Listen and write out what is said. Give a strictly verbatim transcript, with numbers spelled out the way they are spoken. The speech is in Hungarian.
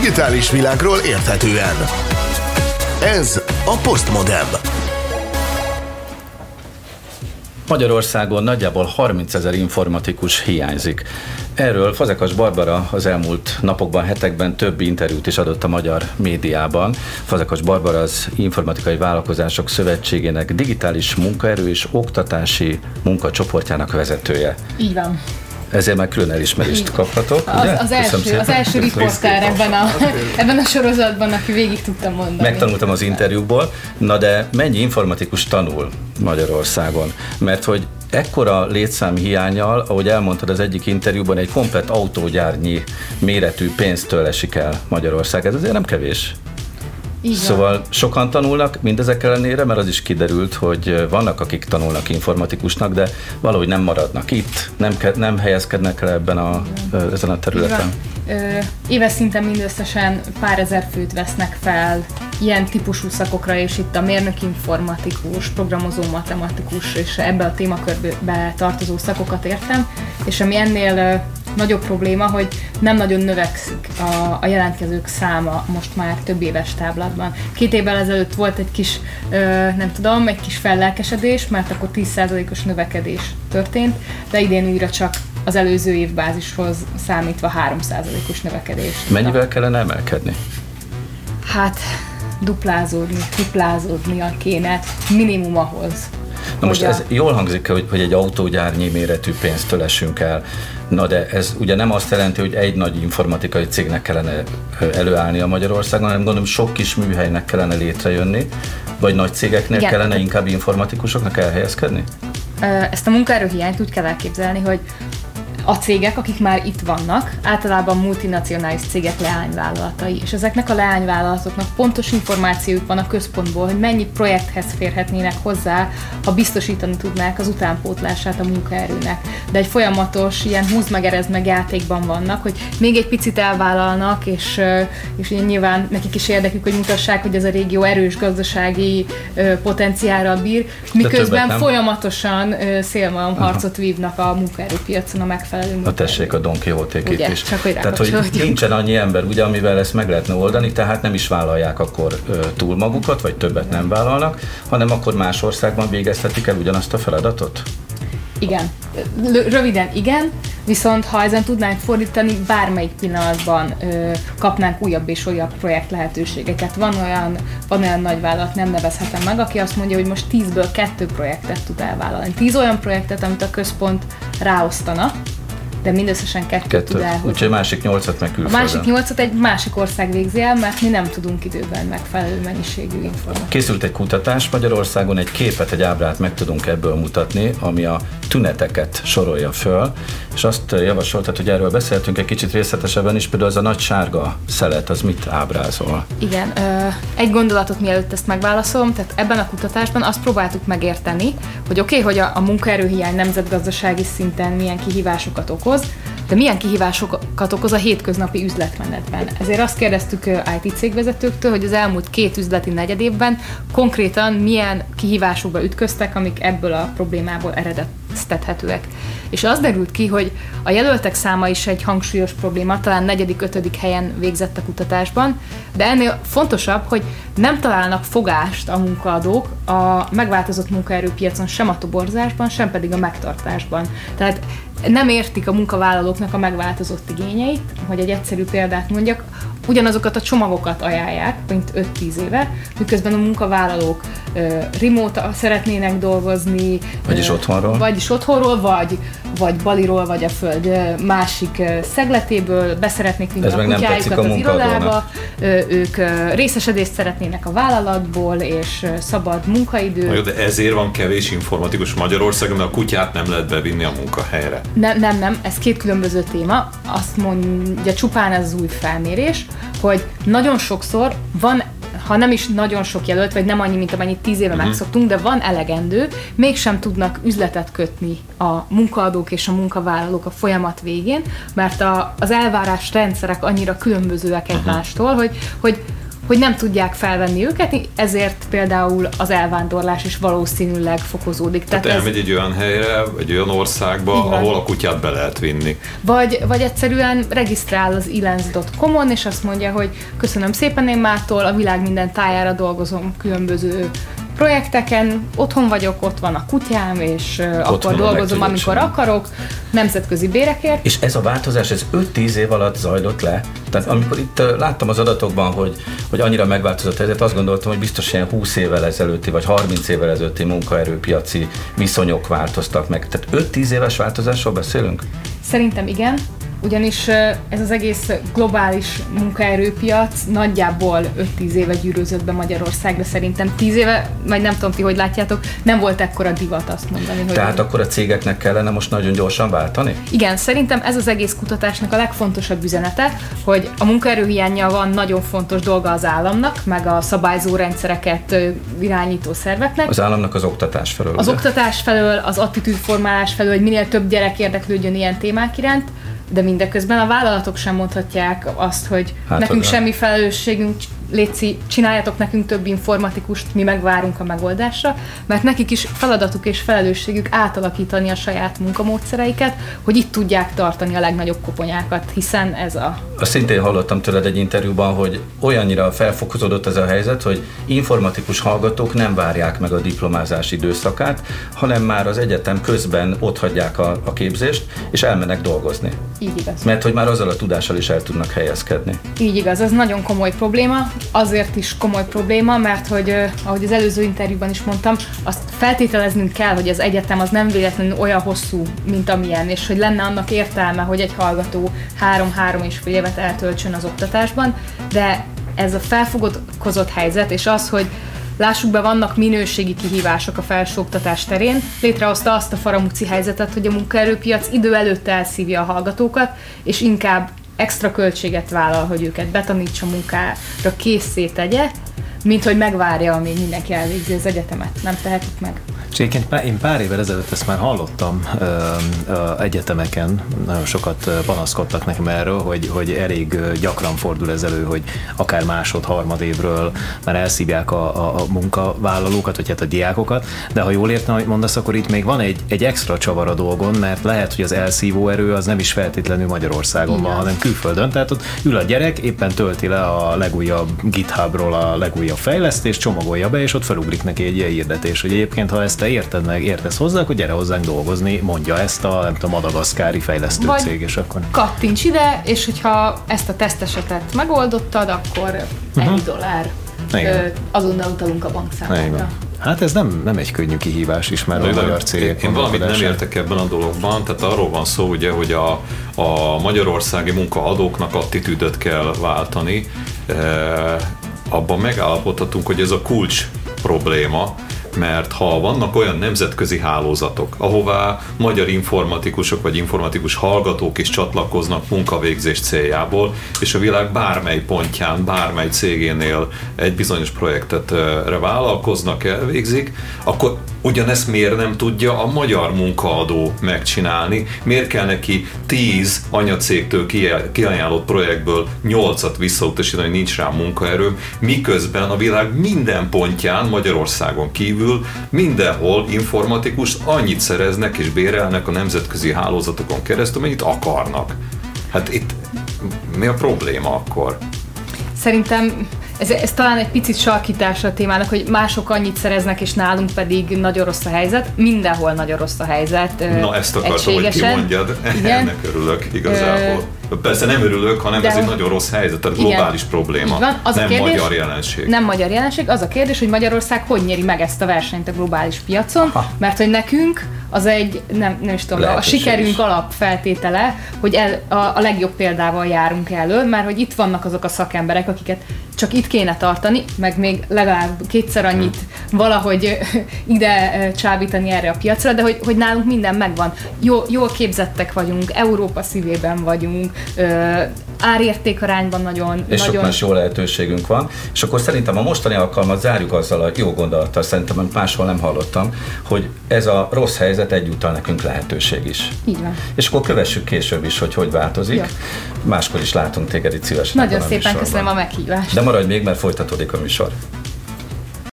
digitális világról érthetően. Ez a Postmodem. Magyarországon nagyjából harmincezer informatikus hiányzik. Erről Fazekas Barbara az elmúlt napokban, hetekben több interjút is adott a magyar médiában. Fazekas Barbara az Informatikai Vállalkozások Szövetségének digitális munkaerő és oktatási munkacsoportjának vezetője. Így van. Ezért már külön elismerést kaphatok. Az, az, első, az első riportár ebben a, ebben a sorozatban, aki végig tudtam mondani. Megtanultam az interjúkból. Na de mennyi informatikus tanul Magyarországon? Mert hogy ekkora létszám hiánnyal, ahogy elmondtad az egyik interjúban, egy komplett autógyárnyi méretű pénztől esik el Magyarország. Ez azért nem kevés. Így szóval van. Sokan tanulnak mindezek ellenére, mert az is kiderült, hogy vannak, akik tanulnak informatikusnak, de valahogy nem maradnak itt, nem, ke- nem helyezkednek el ebben a, ezen a területen. Éves szinten mindösszesen pár ezer főt vesznek fel ilyen típusú szakokra, és itt a mérnök informatikus, programozó matematikus és ebbe a témakörbe tartozó szakokat értem, és ami ennél nagyobb probléma, hogy nem nagyon növekszik a, a jelentkezők száma most már több éves táblátban. Két évvel ezelőtt volt egy kis, ö, nem tudom, egy kis fellelkesedés, mert akkor tíz százalékos növekedés történt, de idén újra csak az előző év bázishoz számítva három százalékos növekedés. Mennyivel kellene emelkedni? Hát duplázódni, duplázódnia kéne minimum ahhoz. Na most ez jól hangzik, hogy, hogy egy autógyárnyi méretű pénztől esünk el. Na de ez ugye nem azt jelenti, hogy egy nagy informatikai cégnek kellene előállni a Magyarországon, hanem gondolom sok kis műhelynek kellene létrejönni, vagy nagy cégeknél Igen. kellene inkább informatikusoknak elhelyezkedni? Ezt a munkaerőhiányt úgy kell elképzelni, hogy a cégek, akik már itt vannak, általában multinacionális cégek leányvállalatai, és ezeknek a leányvállalatoknak pontos információjuk van a központból, hogy mennyi projekthez férhetnének hozzá, ha biztosítani tudnák az utánpótlását a munkaerőnek. De egy folyamatos ilyen húzd meg, erezd meg játékban vannak, hogy még egy picit elvállalnak, és, és nyilván nekik is érdekük, hogy mutassák, hogy ez a régió erős gazdasági potenciálra bír, miközben folyamatosan szélmalomharcot vívnak a munkaerőpiacon a megfelelő. Na tessék, a Don Quixote-k itt is. Csak, hogy tehát, hogy nincsen annyi ember, ugye, amivel ezt meg lehetne oldani, tehát nem is vállalják akkor ö, túl magukat, vagy többet nem vállalnak, hanem akkor más országban végezhetik el ugyanazt a feladatot? Igen. Röviden igen, viszont ha ezen tudnánk fordítani, bármelyik pillanatban ö, kapnánk újabb és újabb projekt lehetőségeket. Van olyan, van olyan nagyvállalat, nem nevezhetem meg, aki azt mondja, hogy most tízből kettő projektet tud elvállalni. Tíz olyan projektet, amit a központ ráosztana, de mindösszesen kettőt Kettő. tud elhozni. Úgyhogy másik nyolcat meg külföldön. A másik nyolcat egy másik ország végzi el, mert mi nem tudunk időben megfelelő mennyiségű információt. Készült egy kutatás Magyarországon, egy képet, egy ábrát meg tudunk ebből mutatni, ami a tüneteket sorolja föl, és azt javasoltad, hogy erről beszéltünk egy kicsit részletesebben is, például az a nagy sárga szelet, az mit ábrázol? Igen, egy gondolatot mielőtt ezt megválaszolom, tehát ebben a kutatásban azt próbáltuk megérteni, hogy oké, okay, hogy a, a munkaerőhiány nemzetgazdasági szinten milyen kihívásokat okoz, de milyen kihívásokat okoz a hétköznapi üzletmenetben. Ezért azt kérdeztük i té cégvezetőktől, hogy az elmúlt két üzleti negyedévben konkrétan milyen kihívásokba ütköztek, amik ebből a problémából eredeztethetőek. És az derült ki, hogy a jelöltek száma is egy hangsúlyos probléma, talán negyedik, ötödik helyen végzett a kutatásban, de ennél fontosabb, hogy nem találnak fogást a munkaadók a megváltozott munkaerőpiacon sem a toborzásban, sem pedig a megtartásban. Tehát nem értik a munkavállalóknak a megváltozott igényeit, hogy egy egyszerű példát mondjak, ugyanazokat a csomagokat ajánlják, mint öt-tíz éve, miközben a munkavállalók uh, remote szeretnének dolgozni. Vagyis uh, otthonról. Vagyis otthonról, vagy, vagy Baliról, vagy a föld uh, másik uh, szegletéből, beszeretnék vinni a kutyájukat az irodába, uh, ők uh, részesedést szeretnének a vállalatból, és uh, szabad munkaidő. Na jó, de ezért van kevés informatikus Magyarországon, mert a kutyát nem lehet bevinni a munkahelyre. Nem, nem, nem, ez két különböző téma. Azt mondja csupán ez az új felmérés, hogy nagyon sokszor van, ha nem is nagyon sok jelölt, vagy nem annyi, mint amennyit tíz éve uh-huh. megszoktunk, de van elegendő, mégsem tudnak üzletet kötni a munkaadók és a munkavállalók a folyamat végén, mert a, az elvárás rendszerek annyira különbözőek egymástól, uh-huh. hogy, hogy hogy nem tudják felvenni őket, ezért például az elvándorlás is valószínűleg fokozódik. Tehát, Tehát elmegy ez... egy olyan helyre, egy olyan országba, ahol a kutyát be lehet vinni. Vagy, vagy egyszerűen regisztrál az ilens pont com-on, és azt mondja, hogy köszönöm szépen, én mától a világ minden tájára dolgozom különböző projekteken, otthon vagyok, ott van a kutyám, és ott akkor dolgozom, amikor sem. akarok, nemzetközi bérekért. És ez a változás, ez öt-tíz év alatt zajlott le? Tehát amikor itt láttam az adatokban, hogy, hogy annyira megváltozott a helyzet, azt gondoltam, hogy biztos ilyen húsz évvel ezelőtti, vagy harminc évvel ezelőtti munkaerőpiaci viszonyok változtak meg. Tehát öt-tíz éves változásról beszélünk? Szerintem igen. Ugyanis ez az egész globális munkaerőpiac nagyjából öt-tíz éve gyűrűzött be Magyarországra, szerintem tíz éve, vagy nem tudom ti, hogy látjátok, nem volt ekkora divat azt mondani. Hogy Tehát akkor a cégeknek kellene most nagyon gyorsan váltani? Igen, szerintem ez az egész kutatásnak a legfontosabb üzenete, hogy a munkaerőhiánnyal van nagyon fontos dolga az államnak, meg a szabályzó rendszereket irányító szerveknek. Az államnak az oktatás felől. Az ugye? oktatás felől, az attitűdformálás felől, hogy minél több gyerek érdeklődjön ilyen témák iránt, de mindeközben a vállalatok sem mondhatják azt, hogy hát nekünk oda. semmi felelősségünk, létszi, csináljatok nekünk több informatikust, mi megvárunk a megoldásra, mert nekik is feladatuk és felelősségük átalakítani a saját munkamódszereiket, hogy itt tudják tartani a legnagyobb koponyákat, hiszen ez a... Azt szintén hallottam tőled egy interjúban, hogy olyannyira felfokozódott ez a helyzet, hogy informatikus hallgatók nem várják meg a diplomázás időszakát, hanem már az egyetem közben otthagyják a, a képzést, és elmennek dolgozni. Így igaz. Mert hogy már azzal a tudással is el tudnak helyezkedni. Így igaz, ez nagyon komoly probléma. Azért is komoly probléma, mert hogy, ahogy az előző interjúban is mondtam, azt feltételeznünk kell, hogy az egyetem az nem véletlenül olyan hosszú, mint amilyen, és hogy lenne annak értelme, hogy egy hallgató három-három és fél évet eltöltsön az oktatásban, de ez a felfogozott helyzet, és az, hogy lássuk be, vannak minőségi kihívások a felsőoktatás terén, létrehozta azt a faramúci helyzetet, hogy a munkaerőpiac idő előtt elszívja a hallgatókat, és inkább extra költséget vállal, hogy őket betanítsa, munkára készé tegye, mint hogy megvárja, amíg mindenki elvégzi az egyetemet. Nem tehetik meg. Egyébként én pár évvel ezelőtt ezt már hallottam ö, ö, egyetemeken, nagyon sokat panaszkodtak nekem erről, hogy, hogy elég gyakran fordul ez elő, hogy akár másod, harmad évről már elszívják a, a, a munkavállalókat, vagy hát a diákokat, de ha jól értem, amit mondasz, akkor itt még van egy, egy extra csavar a dolgon, mert lehet, hogy az elszívó erő az nem is feltétlenül Magyarországon van, hanem külföldön, tehát ott ül a gyerek, éppen tölti le a legújabb GitHubról a legújabb fejlesztést, csomagolja be, és ott felugrik neki egy ilyen hirdetés, hogy egyébként, ha ezt te érted meg, értesz hozzá, akkor gyere hozzánk dolgozni, mondja ezt a, nem tudom, madagaszkári fejlesztő vagy cég, és akkor... kattints ide, és hogyha ezt a tesztesetet megoldottad, akkor uh-huh. egy dollár ö, azonnal utalunk a bankszámlára. Hát ez nem, nem egy könnyű kihívás is, mert a magyar cégek... Én valamit nem értek ebben a dologban, tehát arról van szó, ugye, hogy a, a magyarországi munkaadóknak attitűdöt kell váltani. E, abban megállapodhatunk, hogy ez a kulcs probléma, mert ha vannak olyan nemzetközi hálózatok, ahová magyar informatikusok vagy informatikus hallgatók is csatlakoznak munkavégzés céljából, és a világ bármely pontján, bármely cégénél egy bizonyos projektet vállalkoznak, elvégzik, akkor ugyanezt miért nem tudja a magyar munkaadó megcsinálni? Miért kell neki tíz anyacégtől kiajánlott projektből nyolcat visszautasítani, hogy nincs rá munkaerő, miközben a világ minden pontján, Magyarországon kívül, mindenhol informatikus annyit szereznek és bérelnek a nemzetközi hálózatokon keresztül, mennyit akarnak. Hát itt mi a probléma akkor? Szerintem ez, ez talán egy picit sarkítása a témának, hogy mások annyit szereznek, és nálunk pedig nagyon rossz a helyzet. Mindenhol nagyon rossz a helyzet. Na ezt akartam, hogy kimondjad. Ennek örülök igazából. Ö... Persze nem örülök, hanem ez egy nagyon rossz helyzet, tehát globális igen, probléma, az nem kérdés, magyar jelenség. Nem magyar jelenség, az a kérdés, hogy Magyarország hogy nyeri meg ezt a versenyt a globális piacon, ha. mert hogy nekünk az egy, nem, nem is tudom, lehetőség a sikerünk is alapfeltétele, hogy el, a, a legjobb példával járunk elő, mert hogy itt vannak azok a szakemberek, akiket csak itt kéne tartani, meg még legalább kétszer annyit hmm. valahogy ide csábítani erre a piacra, de hogy, hogy nálunk minden megvan. Jól, jól képzettek vagyunk, Európa szívében vagyunk, árértékarányban nagyon... És nagyon... sok más jó lehetőségünk van. És akkor szerintem a mostani alkalmat zárjuk azzal a jó gondolattal, szerintem, amit máshol nem hallottam, hogy ez a rossz helyzet egyúttal nekünk lehetőség is. Így van. És akkor kövessük később is, hogy hogy változik. Ja. máskor is látunk téged itt szívesen. Nagyon szépen köszönöm a meghívást. De maradj még, mert folytatódik a műsor.